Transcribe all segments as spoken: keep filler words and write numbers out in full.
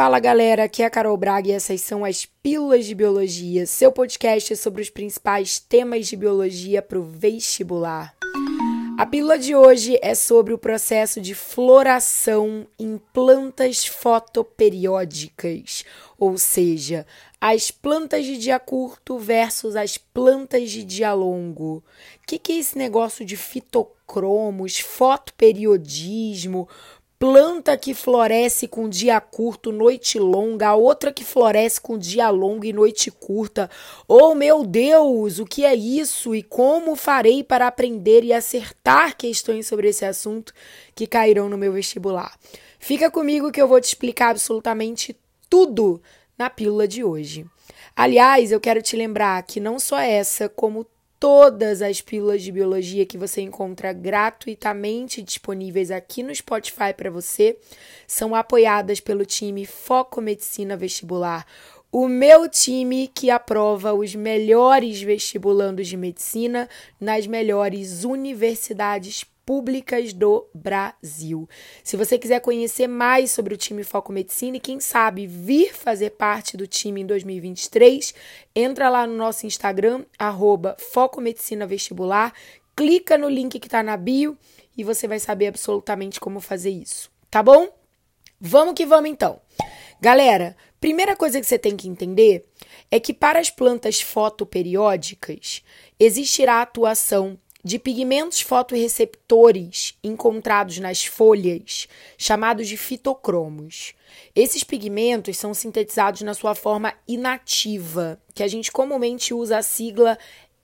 Fala galera, aqui é a Carol Braga e essas são as Pílulas de Biologia, seu podcast sobre os principais temas de biologia para o vestibular. A pílula de hoje é sobre o processo de floração em plantas fotoperiódicas, ou seja, as plantas de dia curto versus as plantas de dia longo. O que, que é esse negócio de fitocromos, fotoperiodismo, planta que floresce com dia curto, noite longa, a outra que floresce com dia longo e noite curta? Oh, meu Deus, o que é isso? E como farei para aprender e acertar questões sobre esse assunto que cairão no meu vestibular? Fica comigo que eu vou te explicar absolutamente tudo na pílula de hoje. Aliás, eu quero te lembrar que não só essa, como todas as pílulas de biologia que você encontra gratuitamente disponíveis aqui no Spotify para você são apoiadas pelo time Foco Medicina Vestibular, o meu time que aprova os melhores vestibulandos de medicina nas melhores universidades públicas do Brasil. Se você quiser conhecer mais sobre o time Foco Medicina e quem sabe vir fazer parte do time em dois mil e vinte e três, entra lá no nosso Instagram, arroba Foco Medicina Vestibular, clica no link que está na bio e você vai saber absolutamente como fazer isso, tá bom? Vamos que vamos então. Galera, primeira coisa que você tem que entender é que para as plantas fotoperiódicas existirá a atuação de pigmentos fotorreceptores encontrados nas folhas, chamados de fitocromos. Esses pigmentos são sintetizados na sua forma inativa, que a gente comumente usa a sigla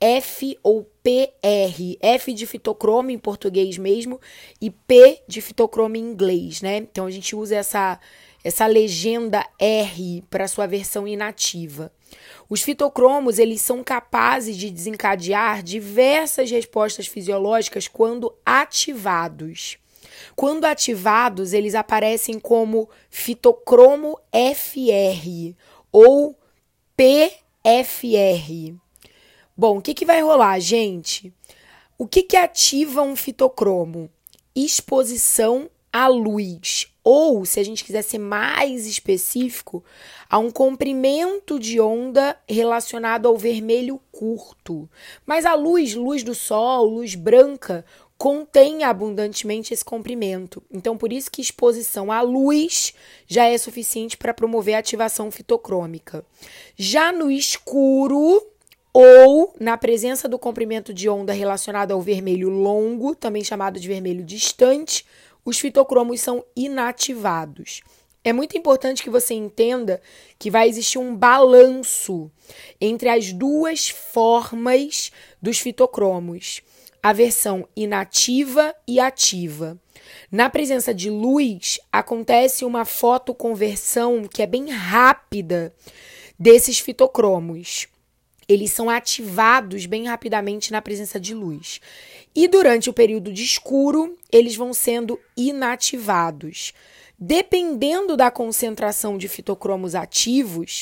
F ou P R. F de fitocromo em português mesmo e P de fitocromo em inglês, né? Então a gente usa essa, essa legenda R para a sua versão inativa. Os fitocromos, eles são capazes de desencadear diversas respostas fisiológicas quando ativados. Quando ativados, eles aparecem como fitocromo F R ou P F R. Bom, o que, que vai rolar, gente? O que, que ativa um fitocromo? Exposição à luz. Ou, se a gente quiser ser mais específico, a um comprimento de onda relacionado ao vermelho curto. Mas a luz, luz do sol, luz branca, contém abundantemente esse comprimento. Então, por isso que exposição à luz já é suficiente para promover a ativação fitocrômica. Já no escuro, ou na presença do comprimento de onda relacionado ao vermelho longo, também chamado de vermelho distante, os fitocromos são inativados. É muito importante que você entenda que vai existir um balanço entre as duas formas dos fitocromos, a versão inativa e ativa. Na presença de luz, acontece uma fotoconversão que é bem rápida desses fitocromos. Eles são ativados bem rapidamente na presença de luz. E durante o período de escuro, eles vão sendo inativados. Dependendo da concentração de fitocromos ativos,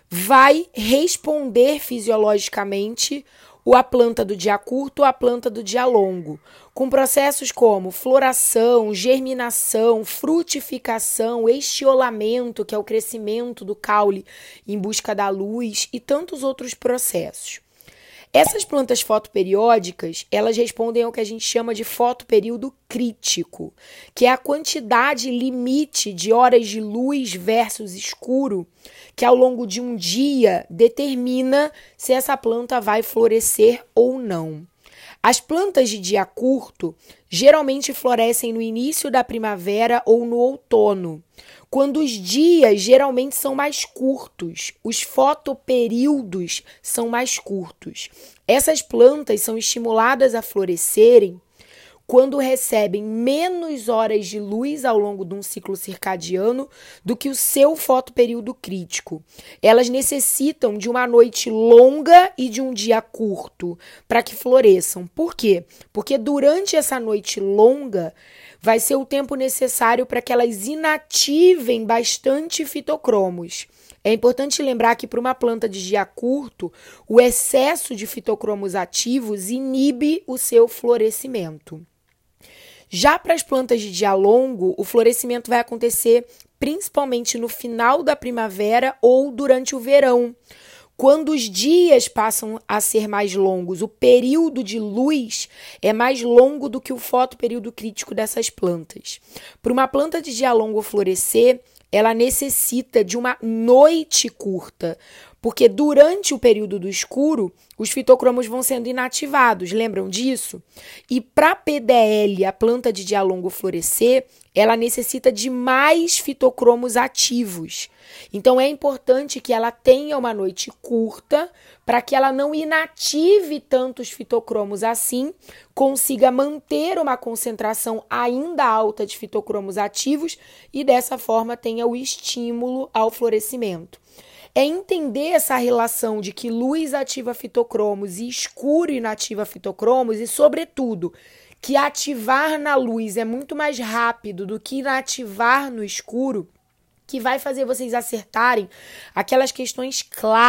vai responder fisiologicamente a planta do dia curto ou a planta do dia longo, com processos como floração, germinação, frutificação, estiolamento, que é o crescimento do caule em busca da luz, e tantos outros processos. Essas plantas fotoperiódicas, elas respondem ao que a gente chama de fotoperíodo crítico, que é a quantidade limite de horas de luz versus escuro, que ao longo de um dia determina se essa planta vai florescer ou não. As plantas de dia curto geralmente florescem no início da primavera ou no outono, quando os dias geralmente são mais curtos, os fotoperíodos são mais curtos. Essas plantas são estimuladas a florescerem quando recebem menos horas de luz ao longo de um ciclo circadiano do que o seu fotoperíodo crítico. Elas necessitam de uma noite longa e de um dia curto para que floresçam. Por quê? Porque durante essa noite longa vai ser o tempo necessário para que elas inativem bastante fitocromos. É importante lembrar que para uma planta de dia curto, o excesso de fitocromos ativos inibe o seu florescimento. Já para as plantas de dia longo, o florescimento vai acontecer principalmente no final da primavera ou durante o verão, quando os dias passam a ser mais longos. O período de luz é mais longo do que o fotoperíodo crítico dessas plantas. Para uma planta de dia longo florescer, ela necessita de uma noite curta, porque durante o período do escuro, os fitocromos vão sendo inativados, lembram disso? E para P D L, a planta de dia longo florescer, ela necessita de mais fitocromos ativos. Então, é importante que ela tenha uma noite curta para que ela não inative tantos fitocromos assim, consiga manter uma concentração ainda alta de fitocromos ativos e, dessa forma, tenha o estímulo ao florescimento. É entender essa relação de que luz ativa fitocromos e escuro inativa fitocromos e, sobretudo, que ativar na luz é muito mais rápido do que inativar no escuro, que vai fazer vocês acertarem aquelas questões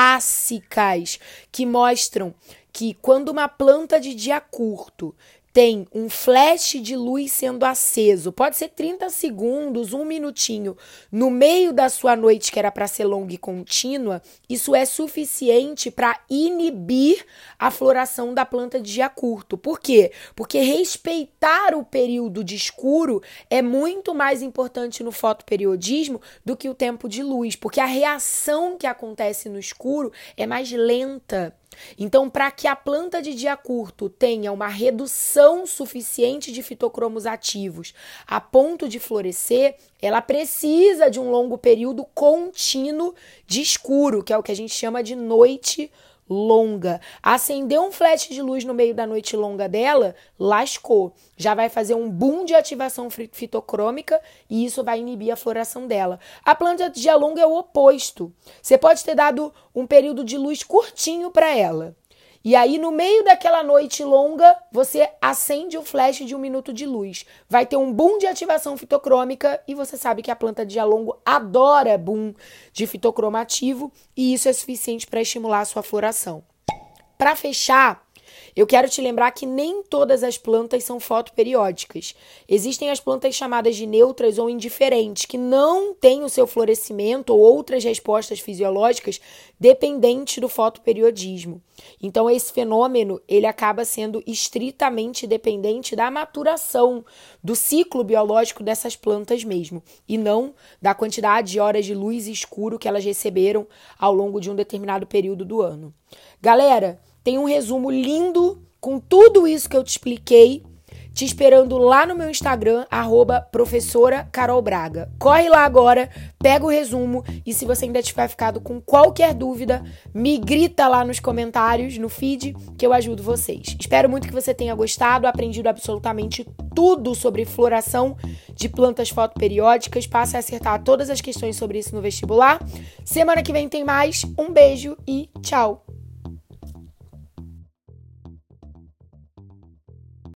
clássicas que mostram que quando uma planta de dia curto tem um flash de luz sendo aceso, pode ser trinta segundos, um minutinho, no meio da sua noite, que era para ser longa e contínua, isso é suficiente para inibir a floração da planta de dia curto. Por quê? Porque respeitar o período de escuro é muito mais importante no fotoperiodismo do que o tempo de luz, porque a reação que acontece no escuro é mais lenta. Então, para que a planta de dia curto tenha uma redução suficiente de fitocromos ativos a ponto de florescer, ela precisa de um longo período contínuo de escuro, que é o que a gente chama de noite longa. Acender um flash de luz no meio da noite longa dela, lascou. Já vai fazer um boom de ativação fitocrômica e isso vai inibir a floração dela. A planta de dia longa é o oposto. Você pode ter dado um período de luz curtinho para ela. E aí, no meio daquela noite longa, você acende o flash de um minuto de luz. Vai ter um boom de ativação fitocrômica e você sabe que a planta de dia longo adora boom de fitocromo ativo e isso é suficiente para estimular a sua floração. Para fechar, eu quero te lembrar que nem todas as plantas são fotoperiódicas. Existem as plantas chamadas de neutras ou indiferentes, que não têm o seu florescimento ou outras respostas fisiológicas dependentes do fotoperiodismo. Então, esse fenômeno ele acaba sendo estritamente dependente da maturação, do ciclo biológico dessas plantas mesmo, e não da quantidade de horas de luz e escuro que elas receberam ao longo de um determinado período do ano. Galera, tem um resumo lindo com tudo isso que eu te expliquei, te esperando lá no meu Instagram, arroba professora Carol Braga. Corre lá agora, pega o resumo e se você ainda tiver ficado com qualquer dúvida, me grita lá nos comentários, no feed, que eu ajudo vocês. Espero muito que você tenha gostado, aprendido absolutamente tudo sobre floração de plantas fotoperiódicas. Passe a acertar todas as questões sobre isso no vestibular. Semana que vem tem mais. Um beijo e tchau!